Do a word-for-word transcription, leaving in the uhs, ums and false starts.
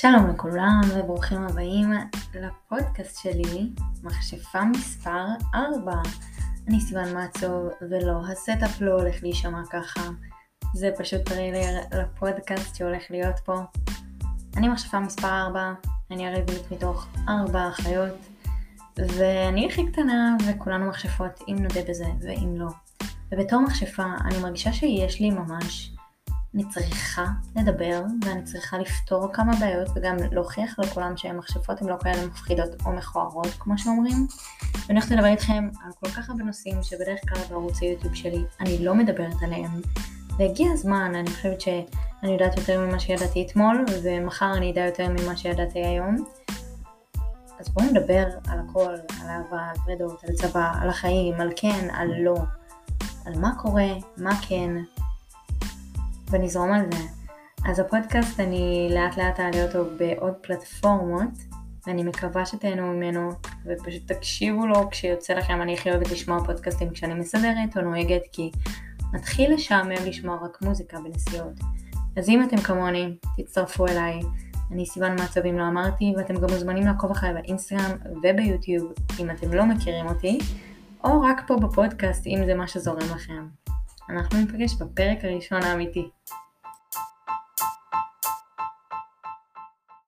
שלום לכולם וברוכים הבאים לפודקאסט שלי, מכשפה מספר ארבע. אני סיוון מצוב ולא, הסטאפ לא הולך להישמע ככה. זה פשוט טריילר לפודקאסט שהולך להיות פה. אני מכשפה מספר ארבע, אני הרביעית מתוך ארבע אחיות, ואני הכי קטנה וכולנו מכשפות אם נודה בזה ואם לא. ובתור מכשפה אני מרגישה שיש לי ממש... אני צריכה לדבר ואני צריכה לפתור כמה בעיות וגם להוכיח לכולם שהן מכשפות הן לא כאלה מפחידות או מכוערות כמו שאומרים. ואני הולכת לדבר איתכם על כל כך הרבה נושאים שבדרך כלל בערוץ היוטיוב שלי אני לא מדברת עליהם. והגיע הזמן, אני חושבת שאני יודעת יותר ממה שידעתי אתמול ומחר אני אדע יותר ממה שידעתי היום. אז בואו נדבר על הכל, על אהבה, על פרדות, על צבא, על החיים, על כן, על לא, על מה קורה, מה כן. ונזרום על זה. אז הפודקאסט אני לאט לאט אעלה אותו בעוד פלטפורמות, ואני מקווה שתהנו ממנו, ופשוט תקשיבו לו כשיוצא לכם. אני הכי אוהבת לשמוע פודקאסטים כשאני מסדרת או נוהגת, כי מתחיל לשעמם לשמוע רק מוזיקה בנסיעות. אז אם אתם כמוני, תצטרפו אליי. אני סיוון מצוב אם לא אמרתי, ואתם גם מוזמנים לעקוב אחריי באינסטגרם וביוטיוב, אם אתם לא מכירים אותי, או רק פה בפודקאסט, אם זה מה שזורם לכם. אנחנו נפגש בפרק הראשון האמיתי.